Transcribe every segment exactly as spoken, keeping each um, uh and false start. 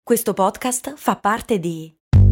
Questo podcast fa parte di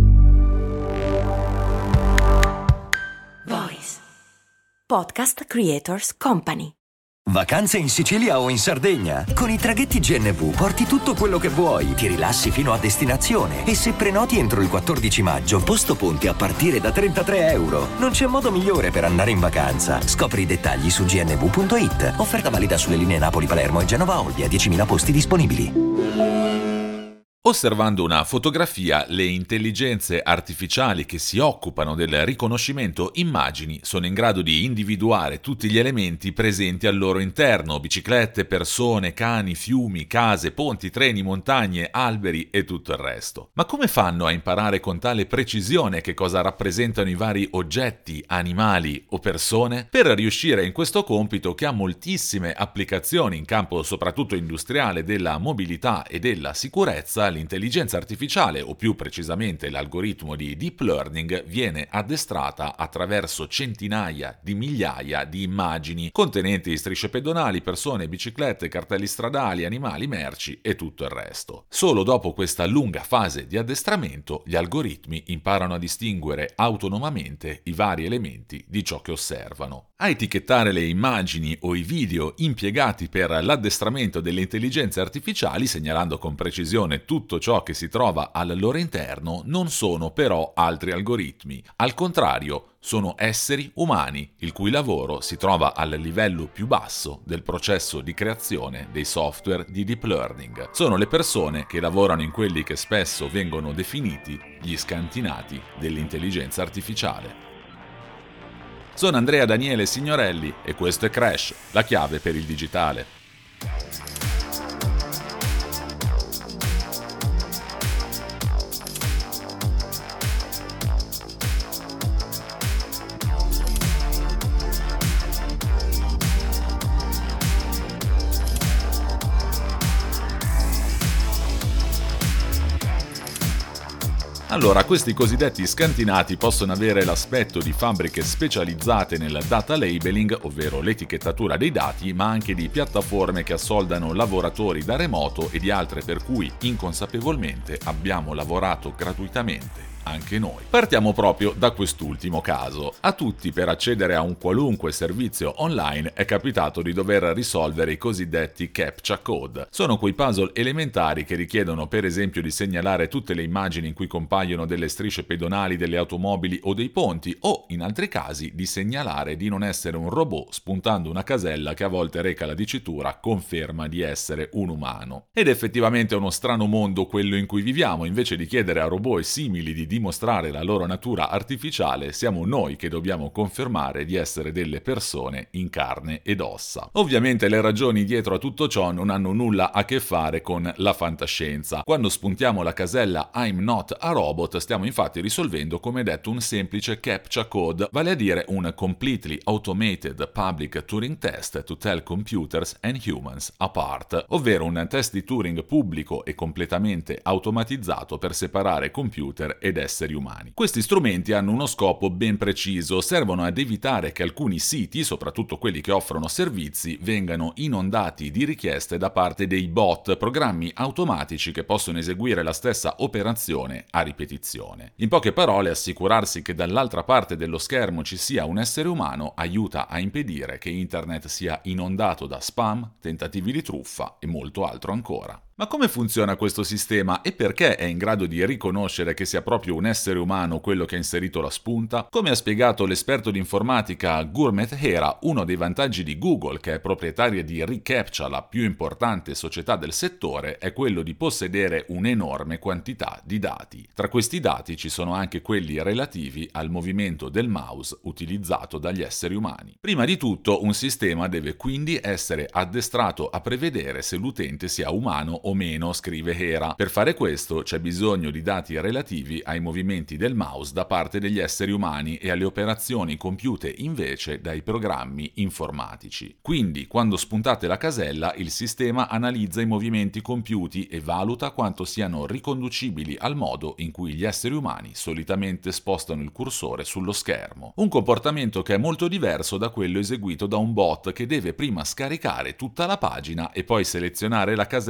Voice Podcast Creators Company. Vacanze in Sicilia o in Sardegna? Con i traghetti G N V porti tutto quello che vuoi, ti rilassi fino a destinazione e se prenoti entro il quattordici maggio, posto ponti a partire da trentatré euro. Non c'è modo migliore per andare in vacanza. Scopri i dettagli su g n v punto i t. Offerta valida sulle linee Napoli-Palermo e Genova-Olbia, diecimila posti disponibili. Osservando una fotografia, le intelligenze artificiali che si occupano del riconoscimento immagini sono in grado di individuare tutti gli elementi presenti al loro interno: biciclette, persone, cani, fiumi, case, ponti, treni, montagne, alberi e tutto il resto. Ma come fanno a imparare con tale precisione che cosa rappresentano i vari oggetti, animali o persone? Per riuscire in questo compito, che ha moltissime applicazioni in campo soprattutto industriale della mobilità e della sicurezza, l'intelligenza artificiale, o più precisamente l'algoritmo di deep learning, viene addestrata attraverso centinaia di migliaia di immagini contenenti strisce pedonali, persone, biciclette, cartelli stradali, animali, merci e tutto il resto. Solo dopo questa lunga fase di addestramento, gli algoritmi imparano a distinguere autonomamente i vari elementi di ciò che osservano. A etichettare le immagini o i video impiegati per l'addestramento delle intelligenze artificiali, segnalando con precisione tutto Tutto ciò che si trova al loro interno, non sono però altri algoritmi. Al contrario, sono esseri umani, il cui lavoro si trova al livello più basso del processo di creazione dei software di deep learning. Sono le persone che lavorano in quelli che spesso vengono definiti gli scantinati dell'intelligenza artificiale. Sono Andrea Daniele Signorelli e questo è Crash, la chiave per il digitale. Allora, questi cosiddetti scantinati possono avere l'aspetto di fabbriche specializzate nel data labeling, ovvero l'etichettatura dei dati, ma anche di piattaforme che assoldano lavoratori da remoto e di altre per cui inconsapevolmente abbiamo lavorato gratuitamente anche noi. Partiamo proprio da quest'ultimo caso. A tutti, per accedere a un qualunque servizio online, è capitato di dover risolvere i cosiddetti CAPTCHA code. Sono quei puzzle elementari che richiedono per esempio di segnalare tutte le immagini in cui compaiono delle strisce pedonali, delle automobili o dei ponti, o in altri casi di segnalare di non essere un robot spuntando una casella che a volte reca la dicitura "conferma di essere un umano". Ed effettivamente è uno strano mondo quello in cui viviamo. Invece di chiedere a robot simili di dimostrare la loro natura artificiale, siamo noi che dobbiamo confermare di essere delle persone in carne ed ossa. Ovviamente le ragioni dietro a tutto ciò non hanno nulla a che fare con la fantascienza. Quando spuntiamo la casella "I'm not a robot", stiamo infatti risolvendo, come detto, un semplice CAPTCHA code, vale a dire un Completely Automated Public Turing Test to Tell Computers and Humans Apart, ovvero un test di Turing pubblico e completamente automatizzato per separare computer ed esseri umani. Questi strumenti hanno uno scopo ben preciso: servono ad evitare che alcuni siti, soprattutto quelli che offrono servizi, vengano inondati di richieste da parte dei bot, programmi automatici che possono eseguire la stessa operazione a ripetizione. In poche parole, assicurarsi che dall'altra parte dello schermo ci sia un essere umano aiuta a impedire che internet sia inondato da spam, tentativi di truffa e molto altro ancora. Ma come funziona questo sistema e perché è in grado di riconoscere che sia proprio un essere umano quello che ha inserito la spunta? Come ha spiegato l'esperto di informatica Gurmeet Hera, uno dei vantaggi di Google, che è proprietaria di reCAPTCHA, la più importante società del settore, è quello di possedere un'enorme quantità di dati. Tra questi dati ci sono anche quelli relativi al movimento del mouse utilizzato dagli esseri umani. Prima di tutto, un sistema deve quindi essere addestrato a prevedere se l'utente sia umano o meno, scrive Hera. Per fare questo c'è bisogno di dati relativi ai movimenti del mouse da parte degli esseri umani e alle operazioni compiute invece dai programmi informatici. Quindi, quando spuntate la casella, il sistema analizza i movimenti compiuti e valuta quanto siano riconducibili al modo in cui gli esseri umani solitamente spostano il cursore sullo schermo. Un comportamento che è molto diverso da quello eseguito da un bot che deve prima scaricare tutta la pagina e poi selezionare la casella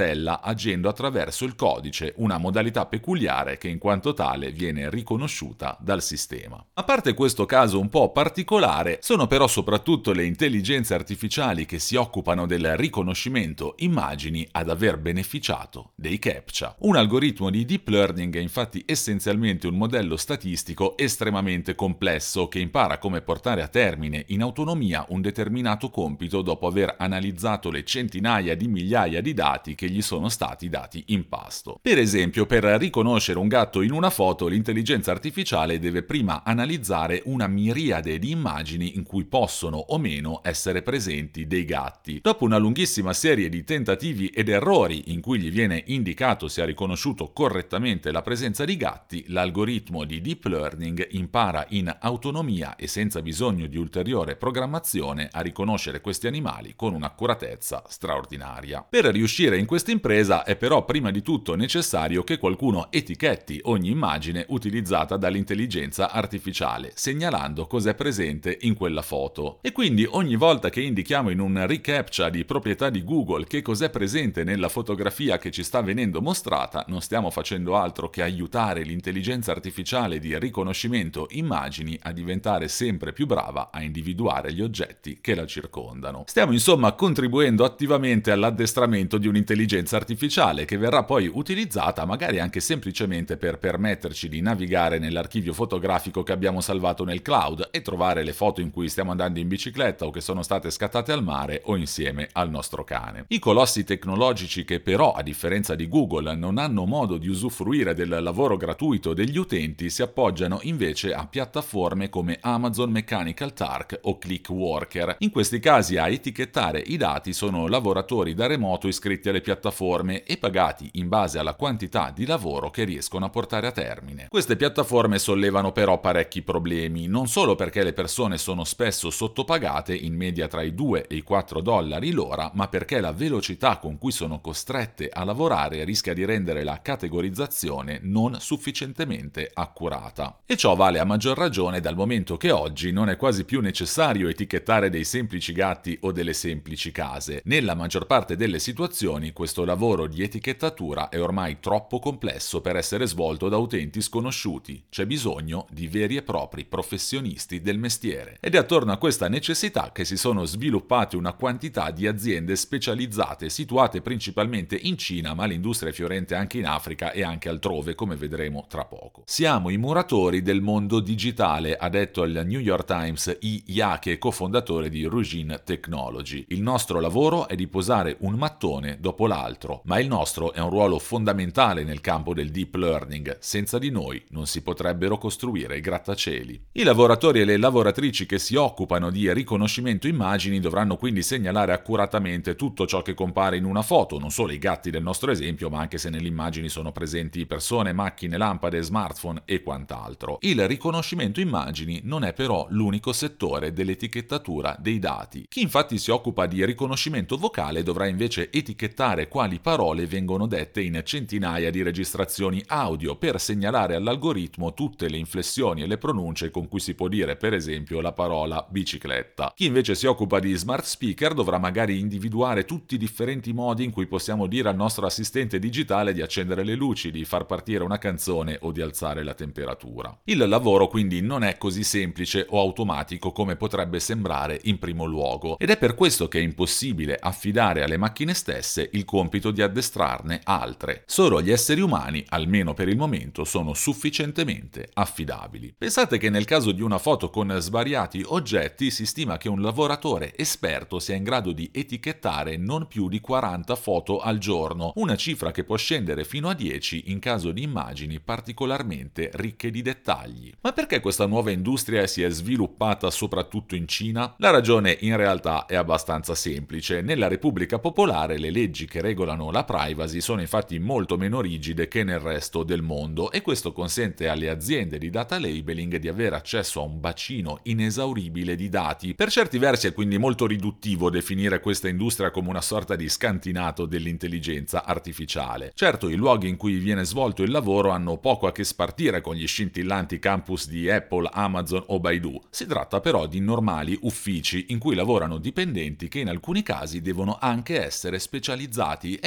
agendo attraverso il codice, una modalità peculiare che in quanto tale viene riconosciuta dal sistema. A parte questo caso un po' particolare, sono però soprattutto le intelligenze artificiali che si occupano del riconoscimento immagini ad aver beneficiato dei CAPTCHA. Un algoritmo di deep learning è infatti essenzialmente un modello statistico estremamente complesso che impara come portare a termine in autonomia un determinato compito dopo aver analizzato le centinaia di migliaia di dati che gli sono stati dati in pasto. Per esempio, per riconoscere un gatto in una foto, l'intelligenza artificiale deve prima analizzare una miriade di immagini in cui possono o meno essere presenti dei gatti. Dopo una lunghissima serie di tentativi ed errori in cui gli viene indicato se ha riconosciuto correttamente la presenza di gatti, l'algoritmo di deep learning impara in autonomia e senza bisogno di ulteriore programmazione a riconoscere questi animali con un'accuratezza straordinaria. Per riuscire in questa impresa è però prima di tutto necessario che qualcuno etichetti ogni immagine utilizzata dall'intelligenza artificiale, segnalando cos'è presente in quella foto. E quindi ogni volta che indichiamo in un reCAPTCHA di proprietà di Google che cos'è presente nella fotografia che ci sta venendo mostrata, non stiamo facendo altro che aiutare l'intelligenza artificiale di riconoscimento immagini a diventare sempre più brava a individuare gli oggetti che la circondano. Stiamo insomma contribuendo attivamente all'addestramento di un'intelligenza artificiale che verrà poi utilizzata magari anche semplicemente per permetterci di navigare nell'archivio fotografico che abbiamo salvato nel cloud e trovare le foto in cui stiamo andando in bicicletta o che sono state scattate al mare o insieme al nostro cane. I colossi tecnologici che però, a differenza di Google, non hanno modo di usufruire del lavoro gratuito degli utenti si appoggiano invece a piattaforme come Amazon Mechanical Turk o Clickworker. In questi casi a etichettare i dati sono lavoratori da remoto iscritti alle piattaforme e pagati in base alla quantità di lavoro che riescono a portare a termine. Queste piattaforme sollevano però parecchi problemi, non solo perché le persone sono spesso sottopagate, in media tra i due e i quattro dollari l'ora, ma perché la velocità con cui sono costrette a lavorare rischia di rendere la categorizzazione non sufficientemente accurata. E ciò vale a maggior ragione dal momento che oggi non è quasi più necessario etichettare dei semplici gatti o delle semplici case. Nella maggior parte delle situazioni questo lavoro di etichettatura è ormai troppo complesso per essere svolto da utenti sconosciuti. C'è bisogno di veri e propri professionisti del mestiere. Ed è attorno a questa necessità che si sono sviluppate una quantità di aziende specializzate situate principalmente in Cina, ma l'industria è fiorente anche in Africa e anche altrove, come vedremo tra poco. Siamo i muratori del mondo digitale, ha detto al New York Times Yi Yake, cofondatore di Rujin Technology. Il nostro lavoro è di posare un mattone dopo l'altro, ma il nostro è un ruolo fondamentale nel campo del deep learning. Senza di noi non si potrebbero costruire i grattacieli. I lavoratori e le lavoratrici che si occupano di riconoscimento immagini dovranno quindi segnalare accuratamente tutto ciò che compare in una foto, non solo i gatti del nostro esempio, ma anche se nelle immagini sono presenti persone, macchine, lampade, smartphone e quant'altro. Il riconoscimento immagini non è però l'unico settore dell'etichettatura dei dati. Chi infatti si occupa di riconoscimento vocale dovrà invece etichettare quali parole vengono dette in centinaia di registrazioni audio per segnalare all'algoritmo tutte le inflessioni e le pronunce con cui si può dire per esempio la parola bicicletta. Chi invece si occupa di smart speaker dovrà magari individuare tutti i differenti modi in cui possiamo dire al nostro assistente digitale di accendere le luci, di far partire una canzone o di alzare la temperatura. Il lavoro quindi non è così semplice o automatico come potrebbe sembrare in primo luogo, ed è per questo che è impossibile affidare alle macchine stesse il compito di addestrarne altre. Solo gli esseri umani, almeno per il momento, sono sufficientemente affidabili. Pensate che nel caso di una foto con svariati oggetti si stima che un lavoratore esperto sia in grado di etichettare non più di quaranta foto al giorno, una cifra che può scendere fino a dieci in caso di immagini particolarmente ricche di dettagli. Ma perché questa nuova industria si è sviluppata soprattutto in Cina? La ragione in realtà è abbastanza semplice. Nella Repubblica Popolare le leggi che regolano la privacy sono infatti molto meno rigide che nel resto del mondo e questo consente alle aziende di data labeling di avere accesso a un bacino inesauribile di dati. Per certi versi è quindi molto riduttivo definire questa industria come una sorta di scantinato dell'intelligenza artificiale. Certo, i luoghi in cui viene svolto il lavoro hanno poco a che spartire con gli scintillanti campus di Apple, Amazon o Baidu. Si tratta però di normali uffici in cui lavorano dipendenti che in alcuni casi devono anche essere specializzati e il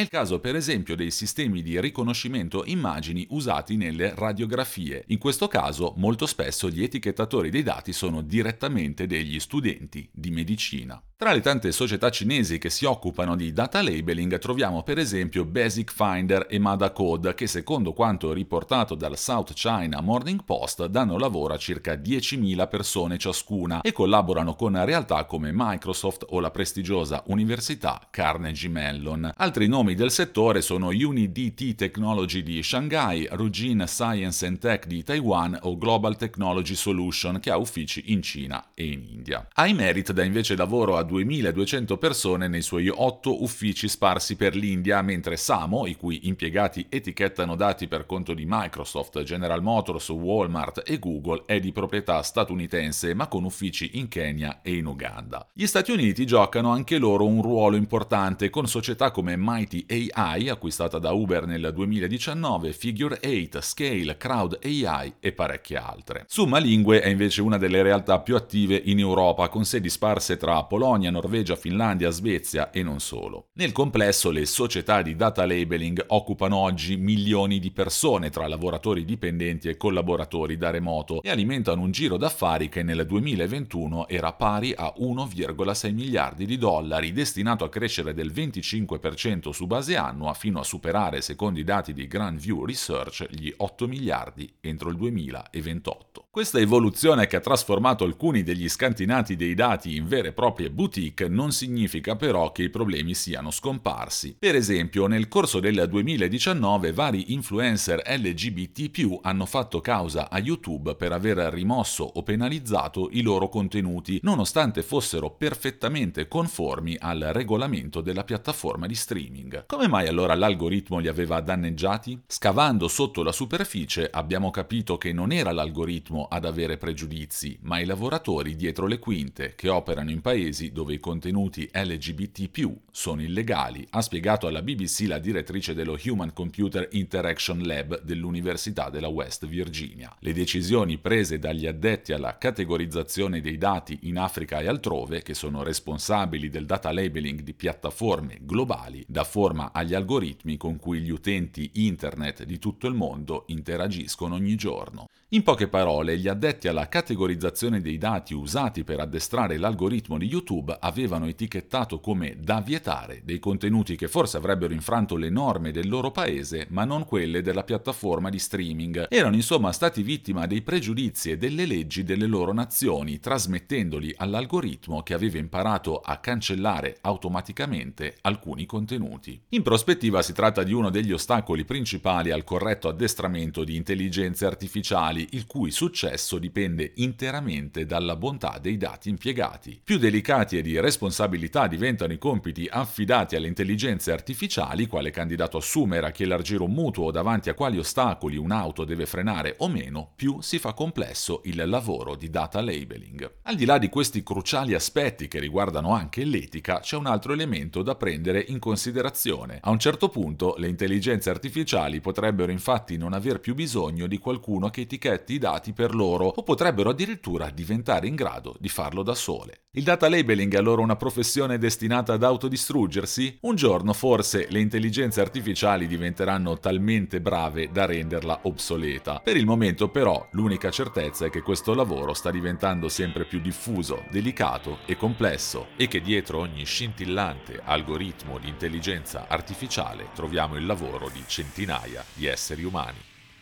nel caso per esempio dei sistemi di riconoscimento immagini usati nelle radiografie. In questo caso molto spesso gli etichettatori dei dati sono direttamente degli studenti di medicina. Tra le tante società cinesi che si occupano di data labeling troviamo per esempio Basic Finder e Madacode, che secondo quanto riportato dal South China Morning Post danno lavoro a circa diecimila persone ciascuna e collaborano con realtà come Microsoft o la prestigiosa università Carnegie Mellon. Altri nomi del settore sono UniDT Technology di Shanghai, Rujin Science and Tech di Taiwan o Global Technology Solution, che ha uffici in Cina e in India. iMerit dà invece lavoro a duemiladuecento persone nei suoi otto uffici sparsi per l'India, mentre Samo, i cui impiegati etichettano dati per conto di Microsoft, General Motors, Walmart e Google, è di proprietà statunitense ma con uffici in Kenya e in Uganda. Gli Stati Uniti giocano anche loro un ruolo importante con società come Mighty A I, acquistata da Uber nel duemiladiciannove, Figure eight, Scale, Crowd A I e parecchie altre. Summalingue è invece una delle realtà più attive in Europa, con sedi sparse tra Polonia, Norvegia, Finlandia, Svezia e non solo. Nel complesso le società di data labeling occupano oggi milioni di persone tra lavoratori dipendenti e collaboratori da remoto e alimentano un giro d'affari che nel duemilaventuno era pari a uno virgola sei miliardi di dollari, destinato a crescere del venticinque per cento su base annua fino a superare, secondo i dati di Grand View Research, gli otto miliardi entro il duemilaventotto. Questa evoluzione, che ha trasformato alcuni degli scantinati dei dati in vere e proprie boutique, non significa però che i problemi siano scomparsi. Per esempio, nel corso del duemiladiciannove vari influencer L G B T più hanno fatto causa a YouTube per aver rimosso o penalizzato i loro contenuti, nonostante fossero perfettamente conformi al regolamento della piattaforma di streaming. Come mai allora l'algoritmo li aveva danneggiati? Scavando sotto la superficie abbiamo capito che non era l'algoritmo ad avere pregiudizi, ma i lavoratori dietro le quinte che operano in paesi dove i contenuti L G B T più sono illegali, ha spiegato alla B B C la direttrice dello Human Computer Interaction Lab dell'Università della West Virginia. Le decisioni prese dagli addetti alla categorizzazione dei dati in Africa e altrove, che sono responsabili del data labeling di piattaforme globali, dà forma agli algoritmi con cui gli utenti internet di tutto il mondo interagiscono ogni giorno. In poche parole, gli addetti alla categorizzazione dei dati usati per addestrare l'algoritmo di YouTube avevano etichettato come da vietare dei contenuti che forse avrebbero infranto le norme del loro paese, ma non quelle della piattaforma di streaming. Erano insomma stati vittima dei pregiudizi e delle leggi delle loro nazioni, trasmettendoli all'algoritmo che aveva imparato a cancellare automaticamente alcuni contenuti. In prospettiva si tratta di uno degli ostacoli principali al corretto addestramento di intelligenze artificiali, il cui successo dipende interamente dalla bontà dei dati impiegati. Più delicati e di responsabilità diventano i compiti affidati alle intelligenze artificiali, quale candidato a assumere, a chi elargire un mutuo o davanti a quali ostacoli un'auto deve frenare o meno, più si fa complesso il lavoro di data labeling. Al di là di questi cruciali aspetti che riguardano anche l'etica, c'è un altro elemento da prendere in considerazione. A un certo punto le intelligenze artificiali potrebbero infatti non aver più bisogno di qualcuno che etichetti i dati per loro, o potrebbero addirittura diventare in grado di farlo da sole. Il data labeling è allora una professione destinata ad autodistruggersi? Un giorno forse le intelligenze artificiali diventeranno talmente brave da renderla obsoleta. Per il momento però l'unica certezza è che questo lavoro sta diventando sempre più diffuso, delicato e complesso, e che dietro ogni scintillante algoritmo di intelligenza artificiale troviamo il lavoro di centinaia di esseri umani.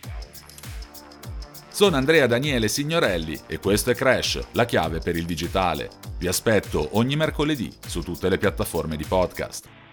Sono Andrea Daniele Signorelli e questo è Crash, la chiave per il digitale. Vi aspetto ogni mercoledì su tutte le piattaforme di podcast.